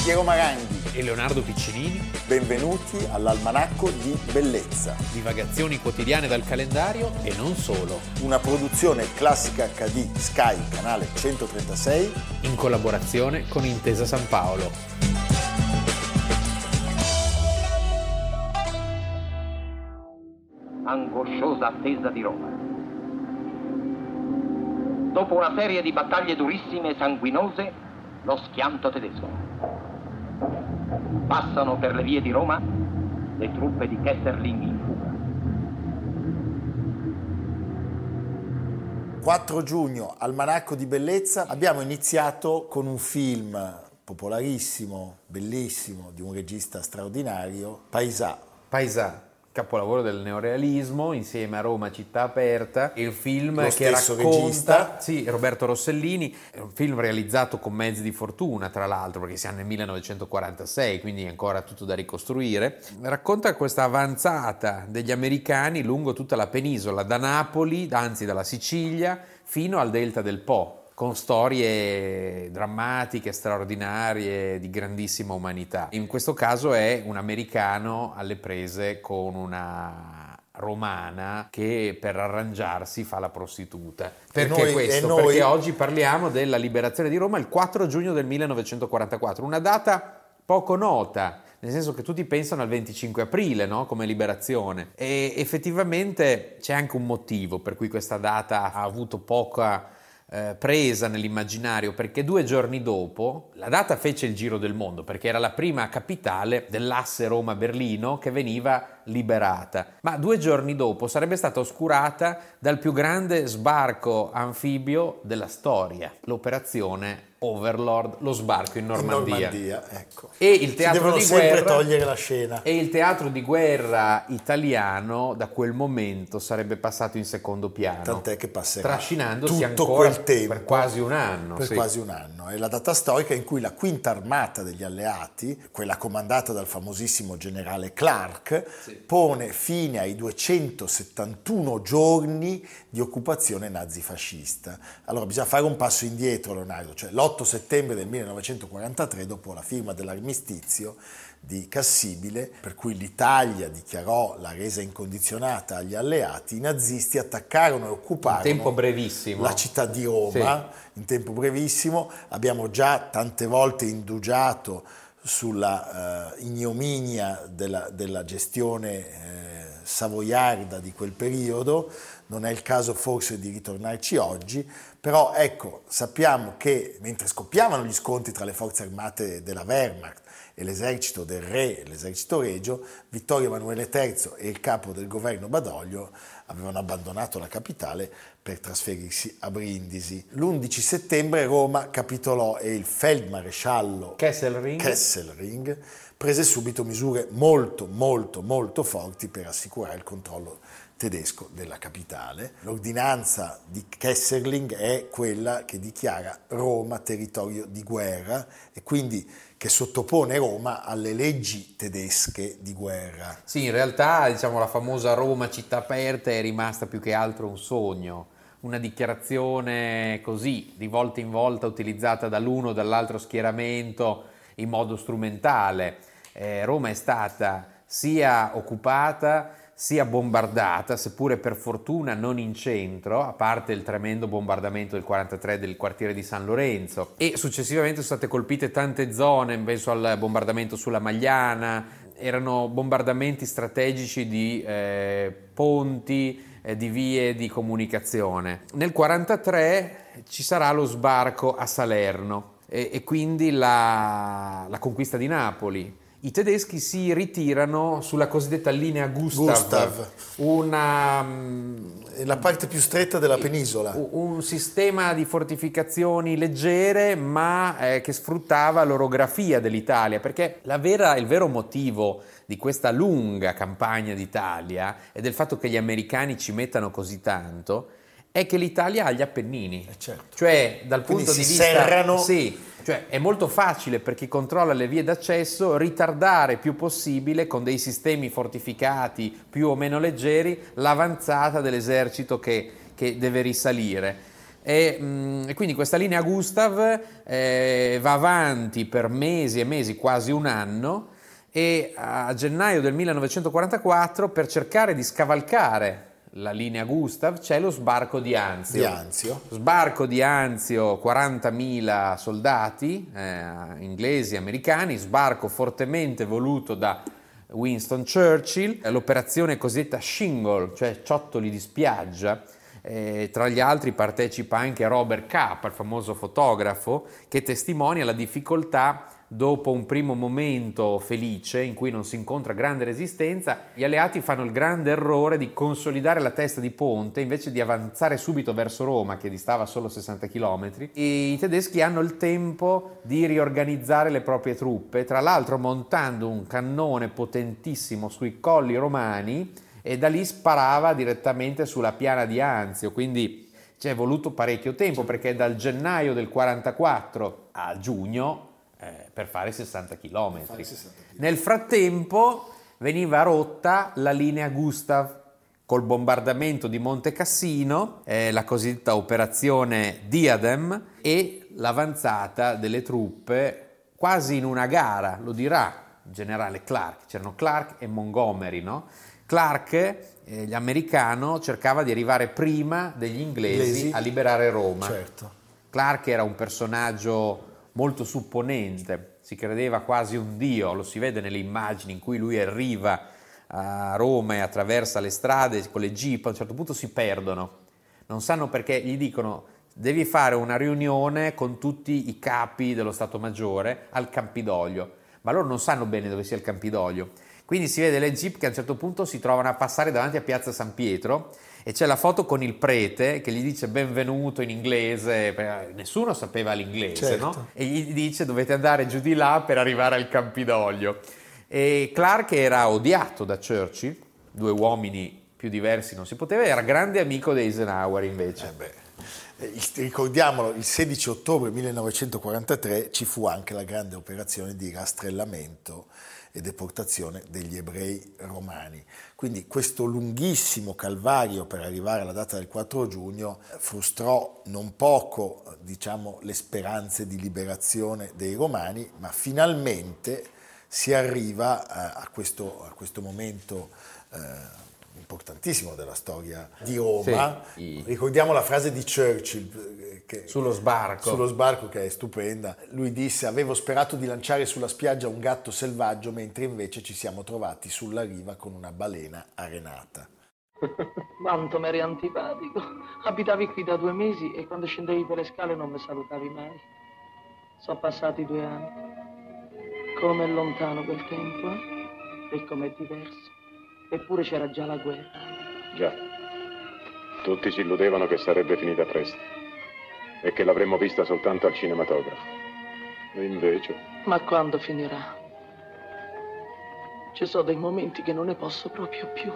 Piero Maranghi e Leonardo Piccinini. Benvenuti all'Almanacco di Bellezza. Divagazioni quotidiane dal calendario e non solo. Una produzione Classica HD Sky, canale 136, in collaborazione con Intesa San Paolo. Angosciosa attesa di Roma. Dopo una serie di battaglie durissime e sanguinose, lo schianto tedesco. Passano per le vie di Roma le truppe di Kesselring in fuga. 4 giugno, Almanacco di Bellezza. Abbiamo iniziato con un film popolarissimo, bellissimo, di un regista straordinario, Paesà. Capolavoro del neorealismo, insieme a Roma città aperta, il film che racconta, regista. Sì, Roberto Rossellini, è un film realizzato con mezzi di fortuna, tra l'altro, perché siamo nel 1946, quindi è ancora tutto da ricostruire. Racconta questa avanzata degli americani lungo tutta la penisola, da Napoli, anzi dalla Sicilia, fino al delta del Po, con storie drammatiche, straordinarie, di grandissima umanità. In questo caso è un americano alle prese con una romana che per arrangiarsi fa la prostituta. Perché questo? Perché oggi parliamo della liberazione di Roma il 4 giugno del 1944, una data poco nota, nel senso che tutti pensano al 25 aprile, no? Come liberazione, e effettivamente c'è anche un motivo per cui questa data ha avuto poca presa nell'immaginario, perché 2 giorni dopo la data fece il giro del mondo, perché era la prima capitale dell'asse Roma-Berlino che veniva liberata, ma 2 giorni dopo sarebbe stata oscurata dal più grande sbarco anfibio della storia, l'operazione Overlord, lo sbarco in Normandia. Ecco. E il teatro di guerra, togliere la scena. E il teatro di guerra italiano da quel momento sarebbe passato in secondo piano. Tant'è che passerà trascinandosi tutto ancora quel tempo, per quasi un anno. Quasi un anno. È la data storica in cui la quinta armata degli alleati, quella comandata dal famosissimo generale Clark, pone fine ai 271 giorni di occupazione nazifascista. Allora bisogna fare un passo indietro, Leonardo, cioè l'8 settembre del 1943, dopo la firma dell'armistizio di Cassibile, per cui l'Italia dichiarò la resa incondizionata agli alleati, i nazisti attaccarono e occuparono in tempo brevissimo la città di Roma, in tempo brevissimo. Abbiamo già tante volte indugiato sulla ignominia della gestione savoiarda di quel periodo, non è il caso forse di ritornarci oggi, però ecco, sappiamo che mentre scoppiavano gli scontri tra le forze armate della Wehrmacht e l'esercito del re, l'esercito regio, Vittorio Emanuele III e il capo del governo Badoglio avevano abbandonato la capitale per trasferirsi a Brindisi. L'11 settembre Roma capitolò e il feldmaresciallo Kesselring prese subito misure molto forti per assicurare il controllo tedesco della capitale. L'ordinanza di Kesselring è quella che dichiara Roma territorio di guerra e quindi che sottopone Roma alle leggi tedesche di guerra. Sì, in realtà la famosa Roma città aperta è rimasta più che altro un sogno, una dichiarazione così di volta in volta utilizzata dall'uno o dall'altro schieramento in modo strumentale. Roma è stata sia occupata sia bombardata, seppure per fortuna non in centro, a parte il tremendo bombardamento del 43 del quartiere di San Lorenzo, e successivamente sono state colpite tante zone, penso al bombardamento sulla Magliana, erano bombardamenti strategici di ponti, di vie di comunicazione. Nel 43 ci sarà lo sbarco a Salerno e quindi la conquista di Napoli. I tedeschi si ritirano sulla cosiddetta linea Gustav, la parte più stretta della penisola. Un sistema di fortificazioni leggere, ma che sfruttava l'orografia dell'Italia, perché il vero motivo di questa lunga campagna d'Italia e del fatto che gli americani ci mettano così tanto è che l'Italia ha gli Appennini, certo. Cioè dal quindi punto di si vista serrano. Sì, cioè è molto facile per chi controlla le vie d'accesso ritardare più possibile con dei sistemi fortificati più o meno leggeri l'avanzata dell'esercito che deve risalire. E quindi questa linea Gustav va avanti per mesi e mesi, quasi un anno, e a gennaio del 1944, per cercare di scavalcare la linea Gustav, c'è lo sbarco di Anzio. Sbarco di Anzio, 40.000 soldati inglesi, americani, sbarco fortemente voluto da Winston Churchill, l'operazione cosiddetta Shingle, cioè ciottoli di spiaggia. Tra gli altri partecipa anche Robert Capa, il famoso fotografo, che testimonia la difficoltà dopo un primo momento felice in cui non si incontra grande resistenza. Gli alleati fanno il grande errore di consolidare la testa di ponte invece di avanzare subito verso Roma, che distava solo 60 km, e i tedeschi hanno il tempo di riorganizzare le proprie truppe, tra l'altro montando un cannone potentissimo sui colli romani, e da lì sparava direttamente sulla piana di Anzio. Quindi ci è voluto parecchio tempo, perché dal gennaio del 44 a giugno per fare 60 km. Nel frattempo veniva rotta la linea Gustav col bombardamento di Monte Cassino, la cosiddetta operazione Diadem, e l'avanzata delle truppe quasi in una gara, lo dirà il generale Clark. C'erano Clark e Montgomery, no? Clark, l'americano, cercava di arrivare prima degli inglesi a liberare Roma. Certo. Clark era un personaggio molto supponente, si credeva quasi un dio, lo si vede nelle immagini in cui lui arriva a Roma e attraversa le strade con le jeep. A un certo punto si perdono, non sanno perché, gli dicono: devi fare una riunione con tutti i capi dello Stato Maggiore al Campidoglio, ma loro non sanno bene dove sia il Campidoglio. Quindi si vede le jeep che a un certo punto si trovano a passare davanti a Piazza San Pietro, e c'è la foto con il prete che gli dice benvenuto in inglese, nessuno sapeva l'inglese, certo, no? E gli dice: dovete andare giù di là per arrivare al Campidoglio. E Clark era odiato da Churchill, due uomini più diversi non si poteva, era grande amico di Eisenhower invece. Ricordiamolo, il 16 ottobre 1943 ci fu anche la grande operazione di rastrellamento e deportazione degli ebrei romani. Quindi questo lunghissimo calvario per arrivare alla data del 4 giugno frustrò non poco, le speranze di liberazione dei romani, ma finalmente si arriva a questo momento importantissimo della storia di Roma. Sì. Ricordiamo la frase di Churchill sullo sbarco, che è stupenda. Lui disse: avevo sperato di lanciare sulla spiaggia un gatto selvaggio, mentre invece ci siamo trovati sulla riva con una balena arenata. Quanto mi eri antipatico. Abitavi qui da 2 mesi e quando scendevi per le scale non mi salutavi mai. Sono passati 2 anni. Com'è lontano quel tempo, E com'è diverso. Eppure c'era già la guerra. Già. Tutti ci illudevano che sarebbe finita presto e che l'avremmo vista soltanto al cinematografo. E invece... Ma quando finirà? Ci sono dei momenti che non ne posso proprio più.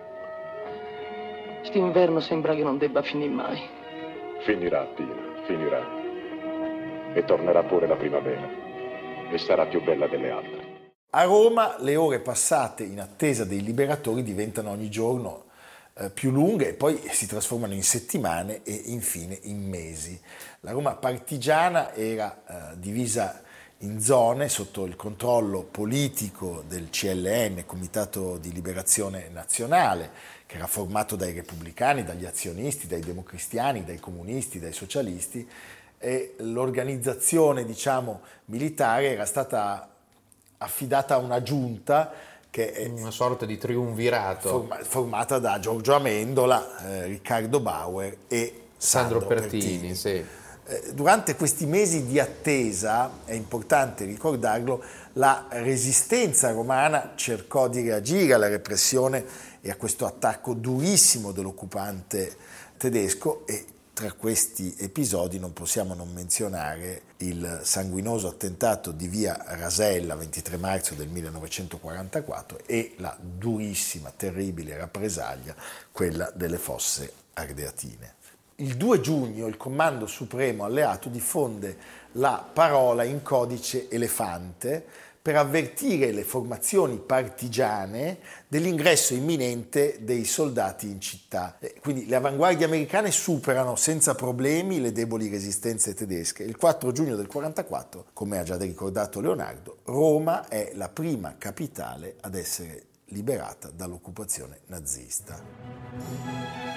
St'inverno sembra che non debba finire mai. Finirà, Tina, finirà. E tornerà pure la primavera. E sarà più bella delle altre. A Roma le ore passate in attesa dei liberatori diventano ogni giorno più lunghe e poi si trasformano in settimane e infine in mesi. La Roma partigiana era divisa in zone sotto il controllo politico del CLN, Comitato di Liberazione Nazionale, che era formato dai repubblicani, dagli azionisti, dai democristiani, dai comunisti, dai socialisti, e l'organizzazione, militare era stata affidata a una giunta che è una sorta di triumvirato formata da Giorgio Amendola, Riccardo Bauer e Sandro Pertini. Sì. Durante questi mesi di attesa, è importante ricordarlo, la resistenza romana cercò di reagire alla repressione e a questo attacco durissimo dell'occupante tedesco, e tra questi episodi non possiamo non menzionare il sanguinoso attentato di via Rasella, 23 marzo del 1944, e la durissima, terribile rappresaglia, quella delle Fosse Ardeatine. Il 2 giugno il Comando Supremo Alleato diffonde la parola in codice elefante per avvertire le formazioni partigiane dell'ingresso imminente dei soldati in città. Quindi le avanguardie americane superano senza problemi le deboli resistenze tedesche. Il 4 giugno del 1944, come ha già ricordato Leonardo, Roma è la prima capitale ad essere liberata dall'occupazione nazista.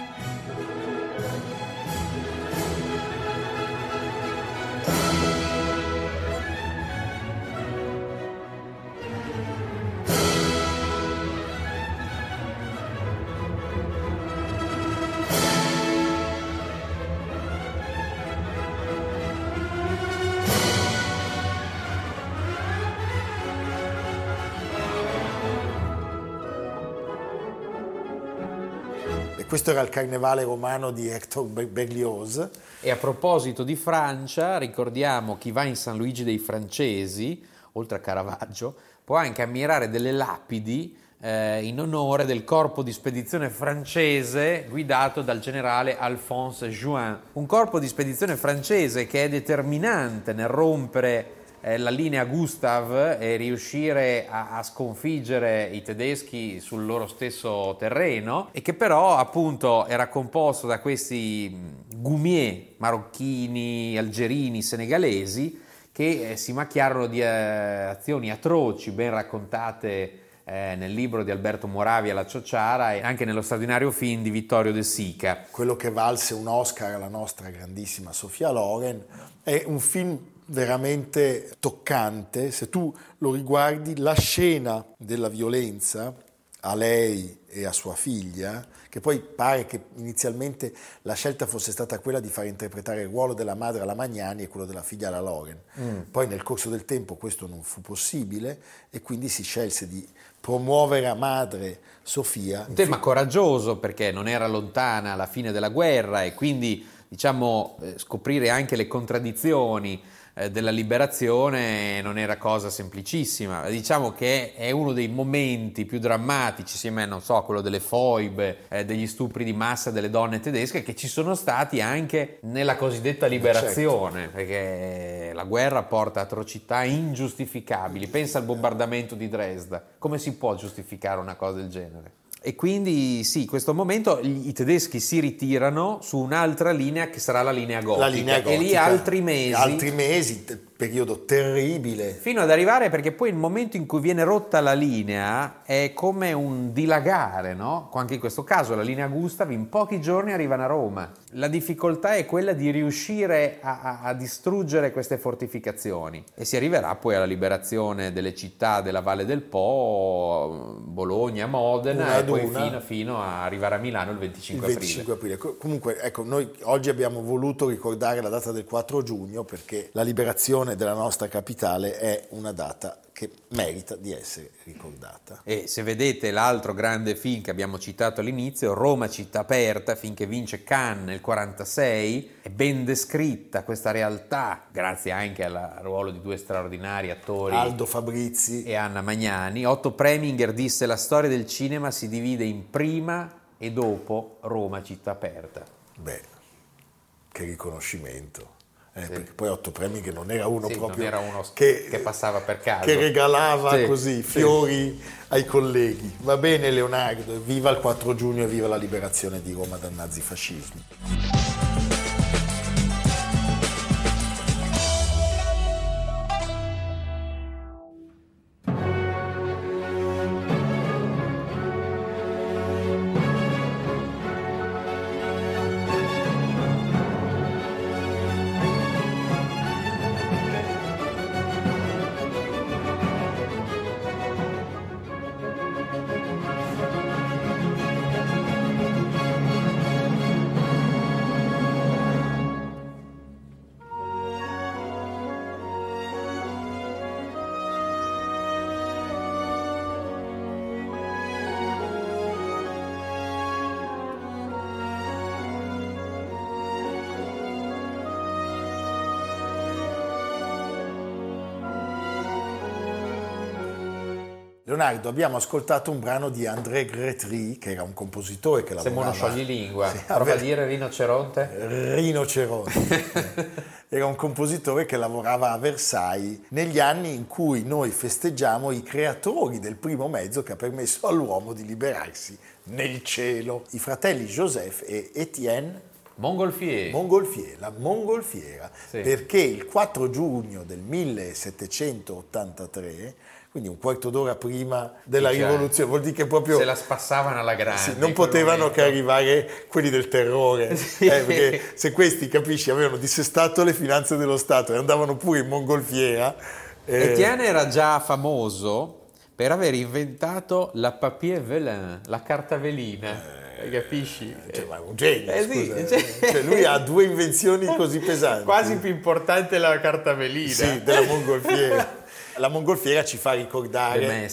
Questo era il Carnevale romano di Hector Berlioz. E a proposito di Francia, ricordiamo chi va in San Luigi dei Francesi, oltre a Caravaggio, può anche ammirare delle lapidi in onore del corpo di spedizione francese guidato dal generale Alphonse Juin. Un corpo di spedizione francese che è determinante nel rompere la linea Gustav e riuscire a sconfiggere i tedeschi sul loro stesso terreno, e che però appunto era composto da questi goumier marocchini, algerini, senegalesi che si macchiarono di azioni atroci ben raccontate nel libro di Alberto Moravia La Ciociara e anche nello straordinario film di Vittorio De Sica. Quello che valse un Oscar alla nostra grandissima Sofia Loren. È un film veramente toccante. Se tu lo riguardi, la scena della violenza a lei e a sua figlia, che poi pare che inizialmente la scelta fosse stata quella di far interpretare il ruolo della madre alla Magnani e quello della figlia alla Loren. Poi nel corso del tempo questo non fu possibile e quindi si scelse di promuovere a madre Sofia. Un tema coraggioso, perché non era lontana la fine della guerra e quindi diciamo scoprire anche le contraddizioni della liberazione non era cosa semplicissima. Diciamo che è uno dei momenti più drammatici, insieme non so, quello delle foibe, degli stupri di massa delle donne tedesche, che ci sono stati anche nella cosiddetta liberazione, certo. Perché la guerra porta atrocità ingiustificabili. Pensa al bombardamento di Dresda, come si può giustificare una cosa del genere? E quindi sì, in questo momento i tedeschi si ritirano su un'altra linea che sarà la linea gotica. E lì altri mesi, periodo terribile. Fino ad arrivare, perché poi il momento in cui viene rotta la linea è come un dilagare, no? Anche in questo caso la linea Gustav in pochi giorni arrivano a Roma. La difficoltà è quella di riuscire a distruggere queste fortificazioni e si arriverà poi alla liberazione delle città della Valle del Po, Bologna, Modena e poi fino a arrivare a Milano il 25 aprile. Comunque, ecco, noi oggi abbiamo voluto ricordare la data del 4 giugno perché la liberazione della nostra capitale è una data che merita di essere ricordata. E se vedete l'altro grande film che abbiamo citato all'inizio, Roma città aperta, film che vince Cannes nel 1946, è ben descritta questa realtà, grazie anche al ruolo di due straordinari attori, Aldo Fabrizi e Anna Magnani. Otto Preminger disse: la storia del cinema si divide in prima e dopo Roma città aperta. Beh, che riconoscimento. Sì. Perché poi Otto Preminger non era uno proprio non era uno che passava per caso, che regalava così fiori ai colleghi. Va bene Leonardo, viva il 4 giugno e viva la liberazione di Roma dal nazifascismo. Leonardo, abbiamo ascoltato un brano di André Gretry, che era un compositore che lavorava... Sembra uno scioglilingua. Sì, Prova a dire rinoceronte. Rinoceronte. Era un compositore che lavorava a Versailles negli anni in cui noi festeggiamo i creatori del primo mezzo che ha permesso all'uomo di liberarsi nel cielo. I fratelli Joseph e Étienne Montgolfier, la mongolfiera, sì. Perché il 4 giugno del 1783, quindi un quarto d'ora prima della rivoluzione, vuol dire che proprio se la spassavano alla grande. Sì, non potevano che arrivare quelli del terrore, sì. Perché se questi, capisci, avevano dissestato le finanze dello Stato e andavano pure in mongolfiera. Etienne era già famoso per aver inventato la papier velin, la carta velina. Capisci? Ma è un genio, scusa. Sì, Cioè, lui ha due invenzioni così pesanti. Quasi più importante la carta velina. Sì, della mongolfiera. La mongolfiera ci fa ricordare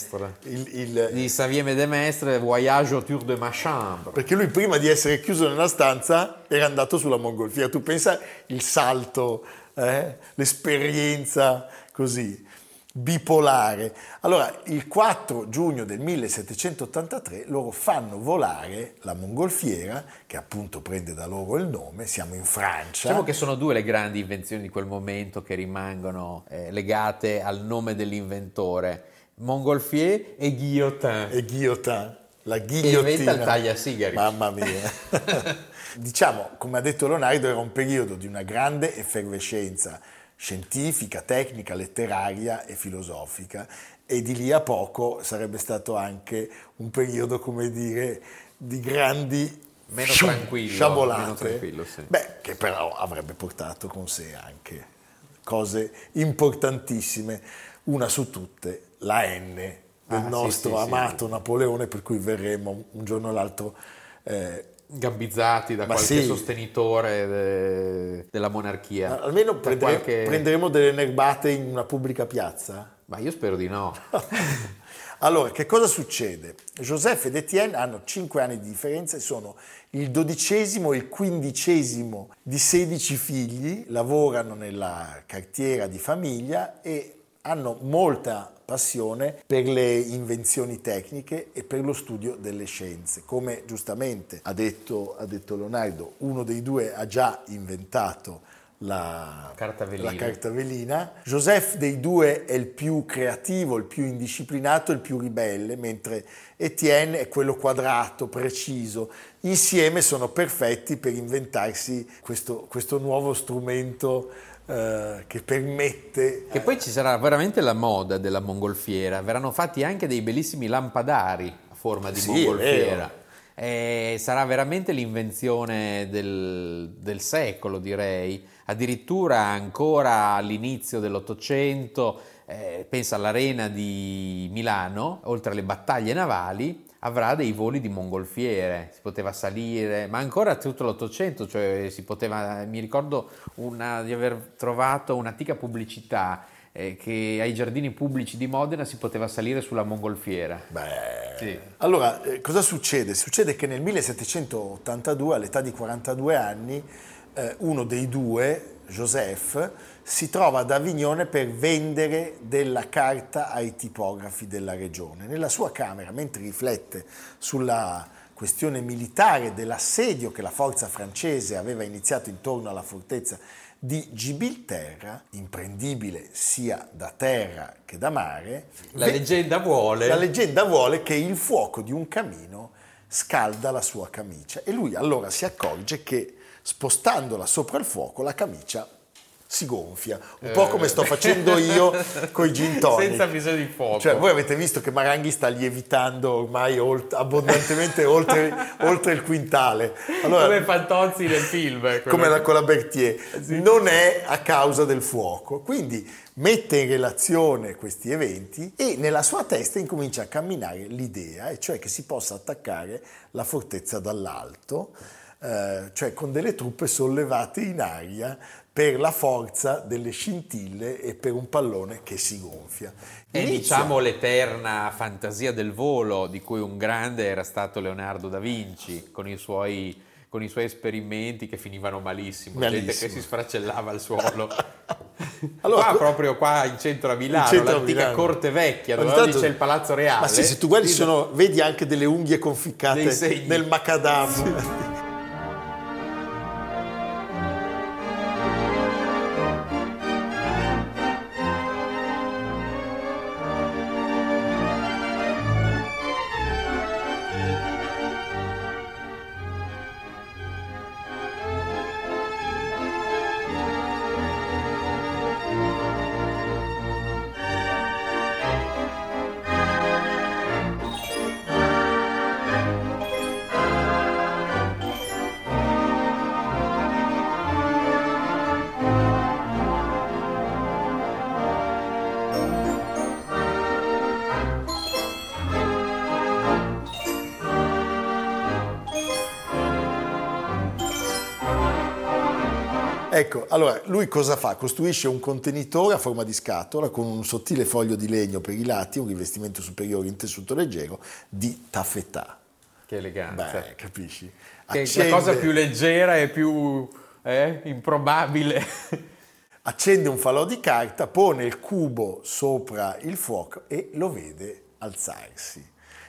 di Xavier de Maistre, Voyage autour de ma chambre. Perché lui prima di essere chiuso nella stanza era andato sulla mongolfiera. Tu pensa il salto, l'esperienza così bipolare. Allora, il 4 giugno del 1783 loro fanno volare la mongolfiera, che appunto prende da loro il nome. Siamo in Francia. Diciamo che sono due le grandi invenzioni di quel momento che rimangono legate al nome dell'inventore: Montgolfier e Guillotin. La che ghigliottina. inventa il tagliasigari. Mamma mia. Diciamo, come ha detto Leonardo, era un periodo di una grande effervescenza scientifica, tecnica, letteraria e filosofica, e di lì a poco sarebbe stato anche un periodo, come dire, di grandi meno tranquillo, sciabolate, sì. Che però avrebbe portato con sé anche cose importantissime, una su tutte, la N del nostro amato Napoleone, per cui verremo un giorno o l'altro gambizzati da qualche sostenitore della monarchia. Almeno prenderemo delle nerbate in una pubblica piazza? Ma io spero di no. Allora, che cosa succede? Joseph ed Étienne hanno 5 anni di differenza e sono il 12° e il 15° di 16 figli, lavorano nella cartiera di famiglia e hanno molta passione per le invenzioni tecniche e per lo studio delle scienze. Come giustamente ha detto Leonardo, uno dei due ha già inventato la carta velina. Joseph dei due è il più creativo, il più indisciplinato, il più ribelle, mentre Étienne è quello quadrato, preciso. Insieme sono perfetti per inventarsi questo nuovo strumento che permette... Che poi ci sarà veramente la moda della mongolfiera, verranno fatti anche dei bellissimi lampadari a forma di mongolfiera. Sarà veramente l'invenzione del secolo, direi. Addirittura ancora all'inizio dell'Ottocento, pensa all'Arena di Milano, oltre alle battaglie navali, avrà dei voli di mongolfiere, si poteva salire, ma ancora tutto l'Ottocento, cioè si poteva, mi ricordo di aver trovato un'antica pubblicità che ai giardini pubblici di Modena si poteva salire sulla mongolfiera. Sì. Allora, cosa succede? Succede che nel 1782, all'età di 42 anni, uno dei due, Joseph, si trova ad Avignone per vendere della carta ai tipografi della regione. Nella sua camera, mentre riflette sulla questione militare dell'assedio che la forza francese aveva iniziato intorno alla fortezza di Gibilterra, imprendibile sia da terra che da mare, la leggenda vuole che il fuoco di un camino scalda la sua camicia, e lui allora si accorge che spostandola sopra il fuoco la camicia si gonfia, un po' come sto facendo io coi gin tonic. Senza bisogno di fuoco. Cioè, voi avete visto che Maranghi sta lievitando ormai abbondantemente oltre il quintale. Allora, come Fantozzi nel film. Come con la Berthier. Sì. Non è a causa del fuoco. Quindi mette in relazione questi eventi e nella sua testa incomincia a camminare l'idea, e cioè che si possa attaccare la fortezza dall'alto, cioè con delle truppe sollevate in aria per la forza delle scintille e per un pallone che si gonfia. È diciamo l'eterna fantasia del volo di cui un grande era stato Leonardo da Vinci con i suoi esperimenti che finivano malissimo. Gente che si sfracellava al suolo. Allora, qua proprio qua in centro a Milano, centro a l'antica Milano. Corte Vecchia, Ogni dove oggi tanto- c'è il Palazzo Reale. Ma sì, se tu guardi vedi anche delle unghie conficcate Dei segni. nel macadam. Ecco, allora lui cosa fa? Costruisce un contenitore a forma di scatola con un sottile foglio di legno per i lati, un rivestimento superiore in tessuto leggero di taffetà. Che eleganza. Beh, capisci? Che è la cosa più leggera e più improbabile. Accende un falò di carta, pone il cubo sopra il fuoco e lo vede alzarsi.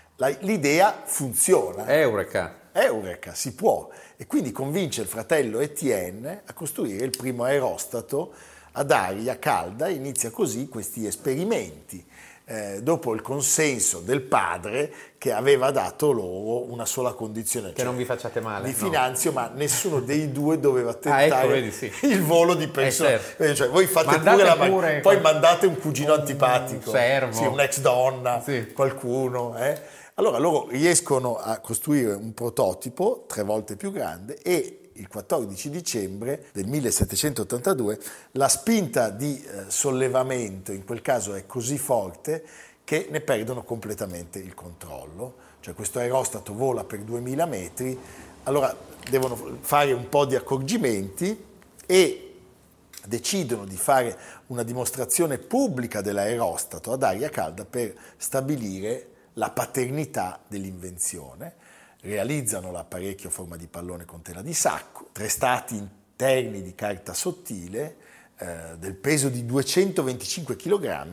L'idea funziona. Eureka, si può. E quindi convince il fratello Etienne a costruire il primo aerostato ad aria calda e inizia così questi esperimenti. Dopo il consenso del padre che aveva dato loro una sola condizione, Che non vi facciate male. vi finanzio, ma nessuno dei due doveva tentare vedi, sì. il volo di persona. Certo. Cioè, voi fate Mandate pure poi mandate un cugino antipatico, servo. sì, un'ex donna, Sì. qualcuno. Allora loro riescono a costruire un prototipo 3 volte più grande e il 14 dicembre del 1782 la spinta di sollevamento in quel caso è così forte che ne perdono completamente il controllo, cioè questo aerostato vola per 2000 metri, allora devono fare un po' di accorgimenti e decidono di fare una dimostrazione pubblica dell'aerostato ad aria calda per stabilire la paternità dell'invenzione. Realizzano l'apparecchio a forma di pallone con tela di sacco, 3 stati interni di carta sottile del peso di 225 kg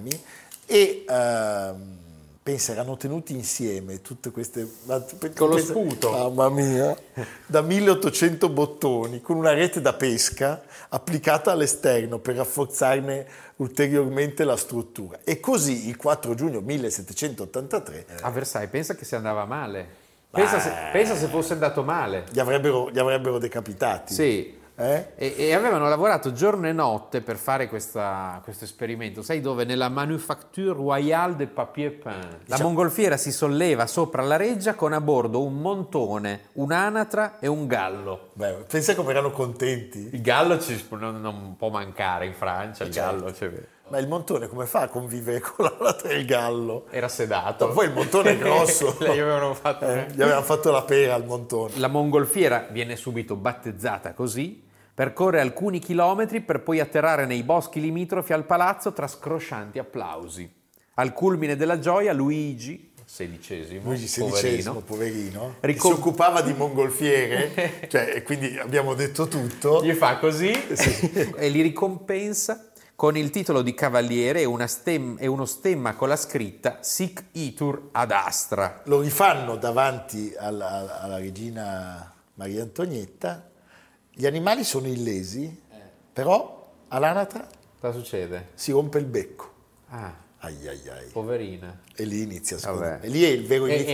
e pensa erano tenuti insieme tutte queste con lo sputo, mamma mia, da 1800 bottoni con una rete da pesca applicata all'esterno per rafforzarne ulteriormente la struttura. E così il 4 giugno 1783 a Versailles pensa che si andava male. Pensa se fosse andato male. Li avrebbero decapitati. Sì. E avevano lavorato giorno e notte per fare questo esperimento. Sai dove? Nella Manufacture Royale de Papier Peint. La mongolfiera si solleva sopra la reggia con a bordo un montone, un'anatra e un gallo. Beh, pensa come erano contenti. Il gallo non può mancare in Francia, il gallo. Ma il montone come fa a convivere con l'anatra e il gallo? Era sedato. Ma poi il montone è grosso. Gli avevano fatto la pera al montone. La mongolfiera viene subito battezzata così, percorre alcuni chilometri per poi atterrare nei boschi limitrofi al palazzo tra scroscianti applausi. Al culmine della gioia Luigi XVI, poverino, che si occupava di mongolfiere, e quindi abbiamo detto tutto. Gli fa così e li ricompensa con il titolo di cavaliere e uno stemma con la scritta Sic itur ad astra. Lo rifanno davanti alla regina Maria Antonietta. Gli animali sono illesi, però all'anatra cosa succede? si rompe il becco. Ai. Poverina. E lì inizia e lì è il vero inizio.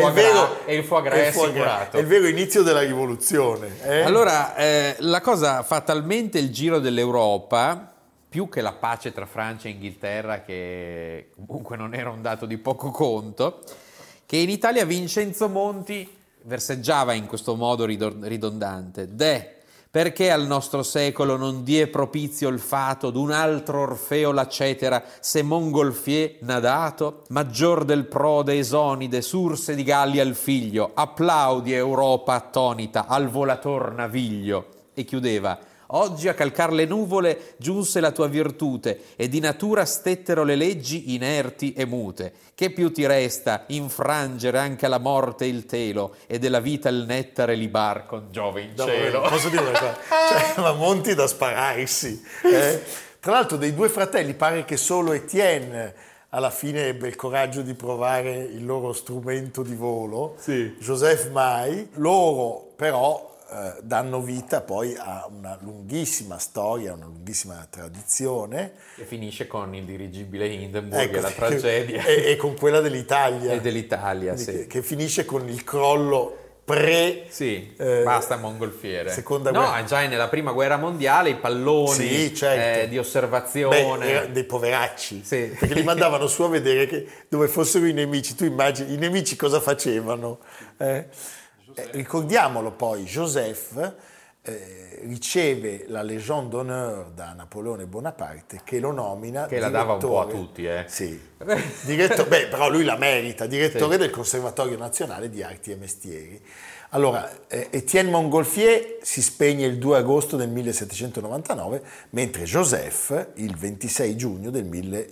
E il foie gras è assicurato. È il vero inizio della rivoluzione. Allora, la cosa fa talmente il giro dell'Europa, più che la pace tra Francia e Inghilterra, che comunque non era un dato di poco conto, che in Italia Vincenzo Monti verseggiava in questo modo ridondante: perché al nostro secolo non die propizio il fato d'un altro Orfeo la cetera, se mongolfier nadato, maggior del prode esonide, surse di Gallia il figlio, applaudi Europa attonita al volator naviglio. E chiudeva: oggi a calcar le nuvole giunse la tua virtute e di natura stettero le leggi inerti e mute. Che più ti resta infrangere anche alla morte il telo e della vita il nettare libar con Giove in cielo? Posso dire una cosa? Ma Monti da spararsi. Tra l'altro dei due fratelli pare che solo Etienne alla fine ebbe il coraggio di provare il loro strumento di volo, Sì. Joseph mai. Loro però danno vita poi a una lunghissima storia, una lunghissima tradizione. Che finisce con il dirigibile Hindenburg Ecco, e la tragedia. E con quella dell'Italia. E dell'Italia, sì. Che finisce con il crollo Sì, basta mongolfiere. Seconda no, guerra. già nella prima guerra mondiale i palloni Sì, certo. di osservazione. Erano dei poveracci, Sì. perché li mandavano su a vedere dove fossero i nemici. Tu immagini i nemici cosa facevano? Ricordiamolo poi, Joseph riceve la Légion d'honneur da Napoleone Bonaparte, che lo nomina Che la dava un po' a tutti, Sì. Però lui la merita, direttore del Conservatorio Nazionale di Arti e Mestieri. Allora, Etienne Montgolfier si spegne il 2 agosto del 1799, mentre Joseph il 26 giugno del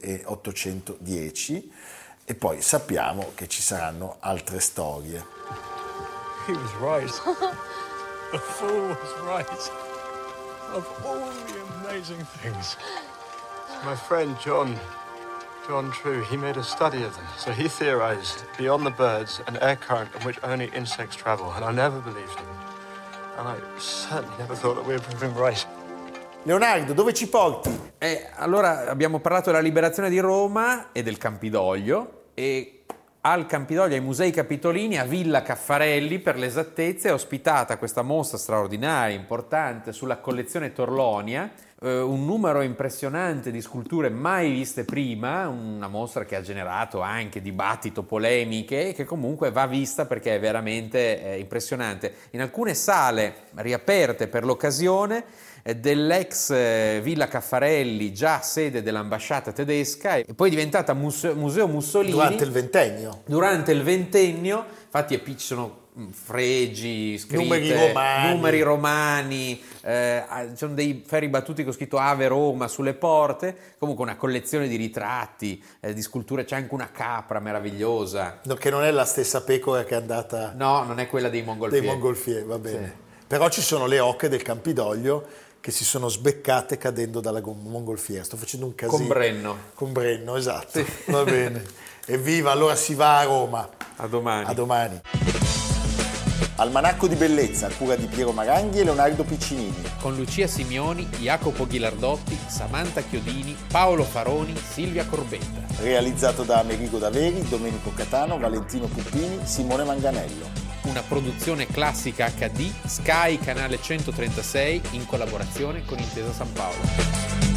1810, e poi sappiamo che ci saranno altre storie. He was right. The fool was right. Of all the amazing things. My friend John True, he made a study of them. So he theorized beyond the birds an air current in which only insects travel, and I never believed him. And I certainly never thought that we were proving right. Leonardo, dove ci porti? Allora abbiamo parlato della liberazione di Roma e del Campidoglio, e al Campidoglio, ai Musei Capitolini, a Villa Caffarelli per l'esattezza, è ospitata questa mostra straordinaria, importante, sulla collezione Torlonia, un numero impressionante di sculture mai viste prima, una mostra che ha generato anche dibattito, polemiche, e che comunque va vista perché è veramente impressionante. In alcune sale riaperte per l'occasione dell'ex Villa Caffarelli, già sede dell'ambasciata tedesca, e poi diventata Museo Mussolini Durante il ventennio. Durante il ventennio, infatti ci sono fregi scritte, numeri romani, ci sono dei ferri battuti con scritto Ave Roma sulle porte, comunque una collezione di ritratti, di sculture, c'è anche una capra meravigliosa. No, che non è la stessa pecora che è andata... No, non è quella dei Mongolfier. Va bene. Sì. Però ci sono le oche del Campidoglio che si sono sbeccate cadendo dalla mongolfiera. Sto facendo un casino. Con Brenno, esatto. Sì. Va bene. Evviva, allora si va a Roma. A domani. A domani. Almanacco di bellezza, a cura di Piero Maranghi e Leonardo Piccinini. Con Lucia Simioni, Jacopo Ghilardotti, Samantha Chiodini, Paolo Faroni, Silvia Corbetta. Realizzato da Amerigo Daveri, Domenico Catano, Valentino Puppini, Simone Manganello. Una produzione Classica HD, Sky Canale 136, in collaborazione con Intesa San Paolo.